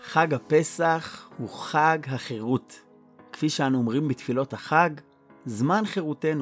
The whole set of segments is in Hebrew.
חג הפסח הוא חג החירות. כפי שאנו אומרים בתפילות החג, זמן חירותנו.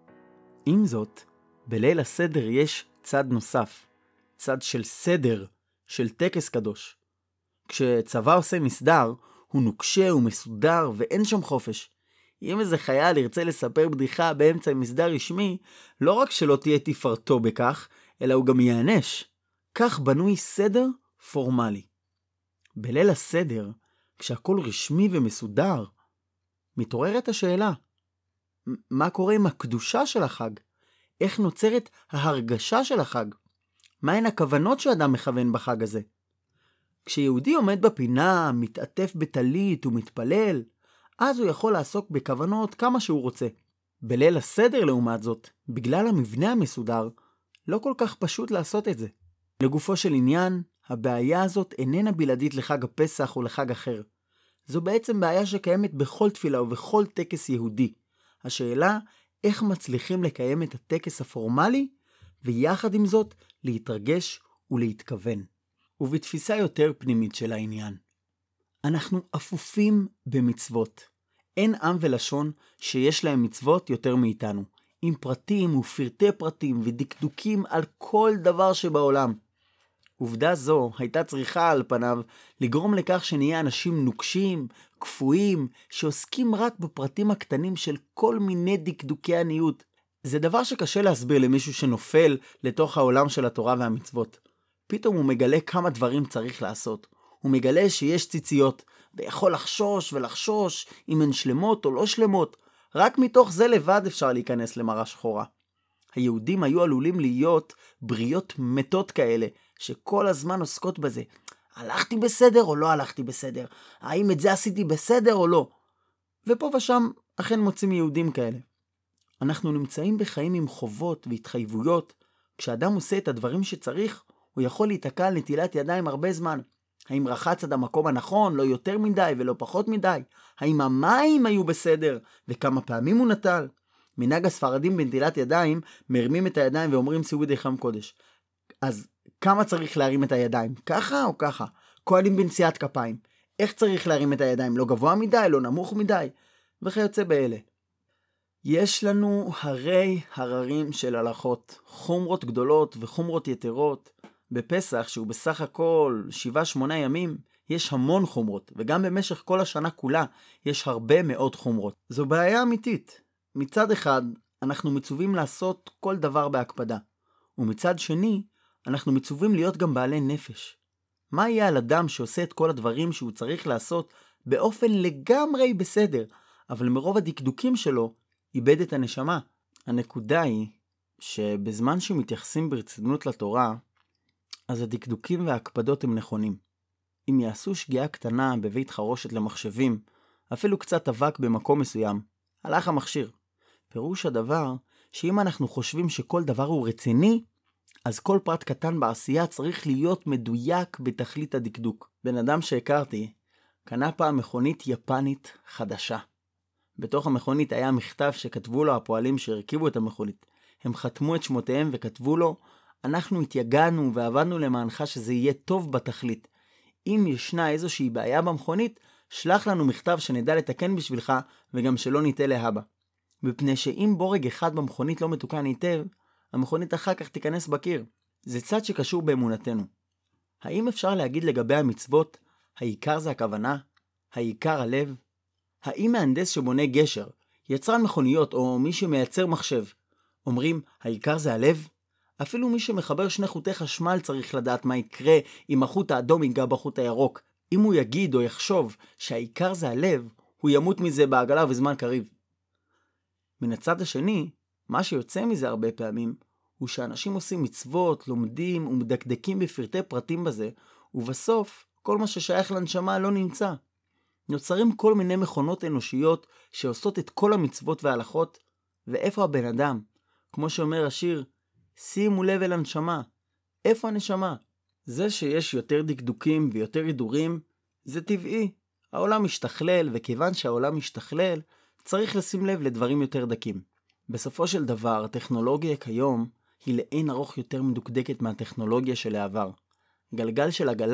עם זאת, בליל הסדר יש צד נוסף, צד של סדר, של טקס קדוש. כשצבא עושה מסדר, הוא נוקשה ומסודר ואין שם חופש. אם איזה חייל ירצה לספר בדיחה באמצע מסדר רשמי, לא רק שלא תהיה תפארתו בכך, אלא הוא גם יענש. כך בנוי סדר פורמלי. בליל הסדר, כשהכל רשמי ומסודר, מתעוררת השאלה, מה קורה עם הקדושה של החג? איך נוצרת ההרגשה של החג? מהן הכוונות שאדם מכוון בחג הזה? כשיהודי עומד בפינה, מתעטף בטלית ומתפלל, אז הוא יכול לעסוק בכוונות כמה שהוא רוצה. בליל הסדר לעומת זאת, בגלל המבנה המסודר, לא כל כך פשוט לעשות את זה. לגופו של עניין, הבעיה הזאת איננה בלעדית לחג הפסח או לחג אחר. זו בעצם בעיה שקיימת בכל תפילה ובכל טקס יהודי. השאלה, איך מצליחים לקיים את הטקס הפורמלי, ויחד עם זאת להתרגש ולהתכוון. ובתפיסה יותר פנימית של העניין. אנחנו אפופים במצוות. אין עם ולשון שיש להם מצוות יותר מאיתנו. עם פרטים ופרטי פרטים ודקדוקים על כל דבר שבעולם. עובדה זו הייתה צריכה על פניו לגרום לכך שנהיה אנשים נוקשים, כפויים, שעוסקים רק בפרטים הקטנים של כל מיני דקדוקי עניות. זה דבר שקשה להסביר למישהו שנופל לתוך העולם של התורה והמצוות. פתאום הוא מגלה כמה דברים צריך לעשות. הוא מגלה שיש ציציות, ויכול לחשוש אם הן שלמות או לא שלמות. רק מתוך זה לבד אפשר להיכנס למראה שחורה. היהודים היו עלולים להיות בריות מתות כאלה, שכל הזמן עוסקות בזה. הלכתי בסדר או לא הלכתי בסדר? האם את זה עשיתי בסדר או לא? ופה ושם אכן מוצאים יהודים כאלה. אנחנו נמצאים בחיים עם חובות והתחייבויות. כשאדם עושה את הדברים שצריך, הוא יכול להתעקע על נטילת ידיים הרבה זמן. האם רחץ עד המקום הנכון, לא יותר מדי ולא פחות מדי? האם המים היו בסדר וכמה פעמים הוא נטל? מנהג הספרדים בנטילת ידיים מרימים את הידיים ואומרים שאו ידיכם קודש. אז כמה צריך להרים את הידיים? ככה או ככה? כהנים בנשיאת כפיים. איך צריך להרים את הידיים? לא גבוה מדי, לא נמוך מדי? וכיוצא באלה. יש לנו הרי הררים של הלכות, חומרות גדולות וחומרות יתרות. בפסח, שהוא בסך הכל 7-8 ימים, יש המון חומרות, וגם במשך כל השנה כולה יש הרבה מאוד חומרות. זו בעיה אמיתית. מצד אחד, אנחנו מצווים לעשות כל דבר בהקפדה, ומצד שני, אנחנו מצווים להיות גם בעלי נפש. מה יהיה על אדם שעושה את כל הדברים שהוא צריך לעשות באופן לגמרי בסדר, אבל מרוב הדקדוקים שלו, איבד את הנשמה? הנקודה היא שבזמן שמתייחסים ברצינות לתורה, אז הדקדוקים וההקפדות הם נכונים. אם יעשו שגיאה קטנה בבית חרושת למחשבים, אפילו קצת אבק במקום מסוים, הלך המכשיר. פירוש הדבר שאם אנחנו חושבים שכל דבר הוא רציני, אז כל פרט קטן בעשייה צריך להיות מדויק בתכלית הדקדוק. בן אדם שהכרתי, קנה פעם מכונית יפנית חדשה. בתוך המכונית היה מכתב שכתבו לו הפועלים שהרכיבו את המכונית. הם חתמו את שמותיהם וכתבו לו, אנחנו התייגענו ועבדנו למענך שזה יהיה טוב בתכלית. אם ישנה איזושהי בעיה במכונית, שלח לנו מכתב שנדע לתקן בשבילך וגם שלא ניתה להבא. מפני שאם בורג אחד במכונית לא מתוקן היטב, המכונית אחר כך תיכנס בקיר. זה צד שקשור באמונתנו. האם אפשר להגיד לגבי המצוות, העיקר זה הכוונה? העיקר הלב? האם מהנדס שבונה גשר, יצרן מכוניות או מי שמייצר מחשב, אומרים, העיקר זה הלב? אפילו מי שמחבר שני חוטי חשמל צריך לדעת מה יקרה אם החוט האדום ייגע בחוט הירוק. אם הוא יגיד או יחשוב שהעיקר זה הלב, הוא ימות מזה בעגלה וזמן קריב. מן הצד השני, מה שיוצא מזה הרבה פעמים, הוא שאנשים עושים מצוות, לומדים ומדקדקים בפרטי פרטים בזה, ובסוף כל מה ששייך לנשמה לא נמצא. נוצרים כל מיני מכונות אנושיות שעושות את כל המצוות וההלכות, ואיפה הבן אדם? כמו שאומר השיר, שימו לב אל הנשמה. איפה הנשמה? זה שיש יותר דקדוקים ויותר הידורים, זה טבעי. העולם משתכלל, וכיוון שהעולם משתכלל, צריך לשים לב לדברים יותר דקים. בסופו של דבר, הטכנולוגיה כיום היא לאין ארוך יותר מדוקדקת מהטכנולוגיה של העבר. גלגל של עגלה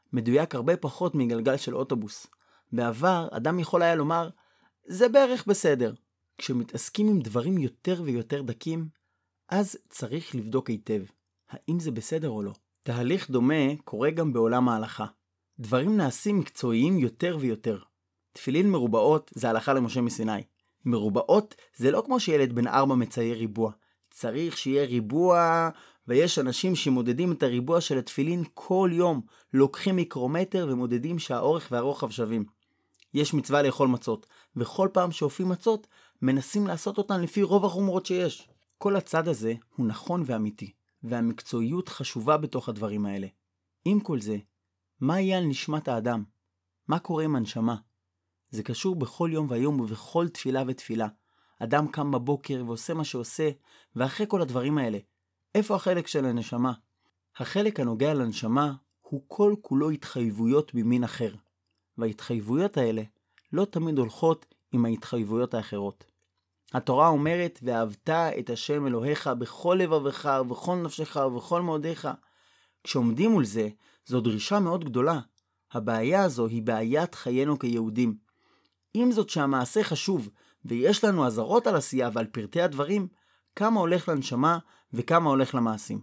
מדויק הרבה פחות מגלגל של אוטובוס. בעבר אדם יכול היה לומר, זה בערך בסדר. כשמתעסקים עם דברים יותר ויותר דקים, אז צריך לבדוק היטב, האם זה בסדר או לא. תהליך דומה קורה גם בעולם ההלכה. דברים נעשים מקצועיים יותר ויותר. תפילין מרובעות זה הלכה למשה מסיני. מרובעות זה לא כמו שילד בן 4 מצייר ריבוע. צריך שיהיה ריבוע, ויש אנשים שמודדים את הריבוע של התפילין כל יום. לוקחים מיקרומטר ומודדים שהאורך והרוחב שווים. יש מצווה לאכול מצות, וכל פעם שאופים מצות, מנסים לעשות אותן לפי רוב החומרות שיש. כל הצד הזה הוא נכון ואמיתי, והמקצועיות חשובה בתוך הדברים האלה. עם כל זה, מה יהיה על נשמת האדם? מה קורה עם הנשמה? זה קשור בכל יום ויום ובכל תפילה ותפילה. אדם קם בבוקר ועושה מה שעושה, ואחרי כל הדברים האלה, איפה החלק של הנשמה? החלק הנוגע לנשמה הוא כל כולו התחייבויות במין אחר. וההתחייבויות האלה לא תמיד הולכות עם ההתחייבויות האחרות. התורה אומרת, ואהבת את השם אלוהיך בכל לבבך ובכל נפשך ובכל מאודיך. כשעומדים מול זה, זו דרישה מאוד גדולה. הבעיה הזו היא בעיית חיינו כיהודים. עם זאת שהמעשה חשוב, ויש לנו עזרות על עשייה ועל פרטי הדברים, כמה הולך לנשמה וכמה הולך למעשים.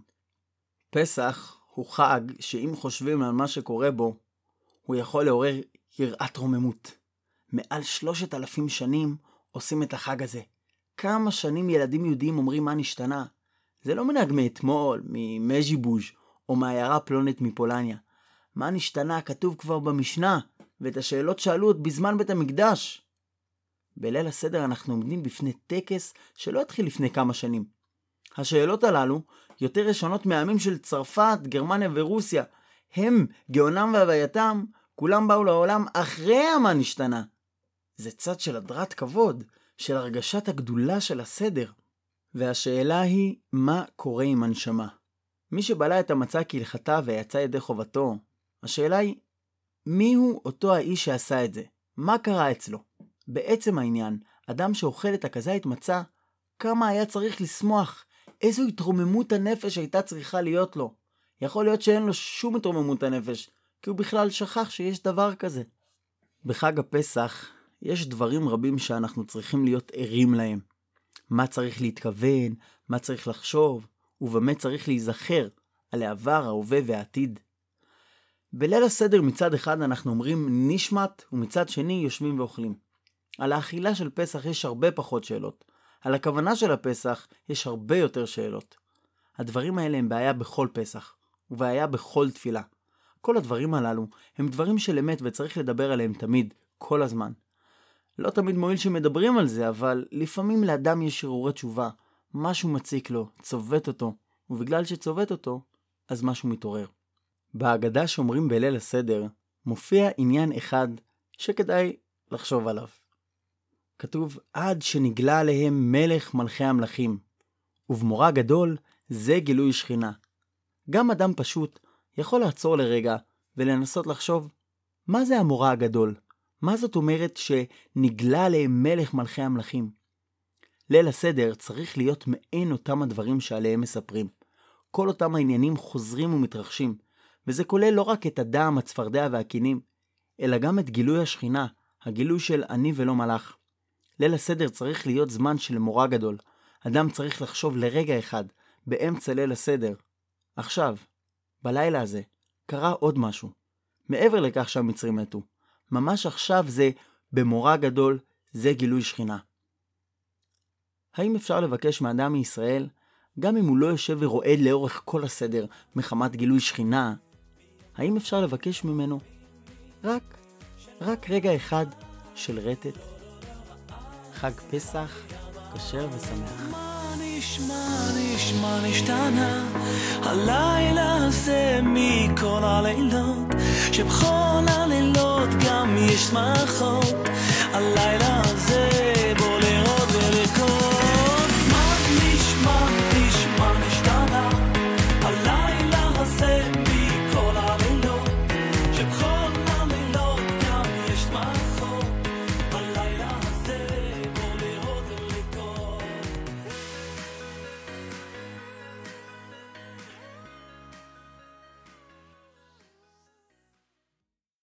פסח הוא חג שאם חושבים על מה שקורה בו, הוא יכול לעורר יראת רוממות. מעל 3,000 שנים עושים את החג הזה. כמה שנים ילדים יהודים אומרים מה נשתנה? זה לא מנהג מאתמול, ממז'יבוז' או מהעיירה פלונית מפולניה. מה נשתנה כתוב כבר במשנה, ואת השאלות שאלו עוד בזמן בית המקדש. בליל הסדר אנחנו עומדים בפני טקס שלא התחיל לפני כמה שנים. השאלות הללו יותר ראשונות מהעמים של צרפת, גרמניה ורוסיה. הם, גאונם והווייתם, כולם באו לעולם אחרי מה נשתנה. זה צד של הדרת כבוד, של הרגשת הגדולה של הסדר. והשאלה היא, מה קורה עם הנשמה? מי שבלע את המצה כהלכתה ויצא ידי חובתו, השאלה היא, מי הוא אותו האיש שעשה את זה? מה קרה אצלו? בעצם העניין, אדם שאוכל את הכזית מצה, כמה היה צריך לשמוח? איזו התרוממות הנפש הייתה צריכה להיות לו? יכול להיות שאין לו שום התרוממות הנפש, כי הוא בכלל שכח שיש דבר כזה. בחג הפסח יש דברים רבים שאנחנו צריכים להיות ערים להם. מה צריך להתכוון, מה צריך לחשוב, ובמה צריך להיזכר על העבר, ההווה והעתיד. בליל הסדר מצד אחד אנחנו אומרים נשמת, ומצד שני יושבים ואוכלים. על האכילה של פסח יש הרבה פחות שאלות. על הכוונה של הפסח יש הרבה יותר שאלות. הדברים האלה הם בעיה בכל פסח, ובעיה בכל תפילה. כל הדברים הללו הם דברים של אמת וצריך לדבר עליהם תמיד, כל הזמן. לא תמיד מועיל שמדברים על זה, אבל לפעמים לאדם יש הרהורי תשובה. משהו מציק לו, צובט אותו, ובגלל שצובט אותו, אז משהו מתעורר. בהגדה שאומרים בליל הסדר, מופיע עניין אחד שכדאי לחשוב עליו. כתוב, עד שנגלה עליהם מלך מלכי המלכים, ובמורא גדול זה גילוי שכינה. גם אדם פשוט יכול לעצור לרגע ולנסות לחשוב, מה זה המורא הגדול? מה זאת אומרת שנגלה עליהם מלך מלכי המלכים? ליל הסדר צריך להיות מעין אותם הדברים שעליהם מספרים. כל אותם העניינים חוזרים ומתרחשים, וזה כולל לא רק את הדם, הצפרדע והקינים, אלא גם את גילוי השכינה, הגילוי של אני ולא מלאך. ליל הסדר צריך להיות זמן של מורא גדול. אדם צריך לחשוב לרגע אחד, באמצע ליל הסדר. עכשיו, בלילה הזה, קרה עוד משהו. מעבר לכך שהמצרים מתו. ממש עכשיו זה במורא גדול, זה גילוי שכינה. האם אפשר לבקש מאדם מישראל, גם אם הוא לא יושב ורועד לאורך כל הסדר, מחמת גילוי שכינה, האם אפשר לבקש ממנו רק רגע אחד של רטט? חג פסח, כשר ושמח. מה נשתנה הלילה הזה מכל הלילות, שבכל הלילות גם יש שמחות. הלילה הזה בוא לראות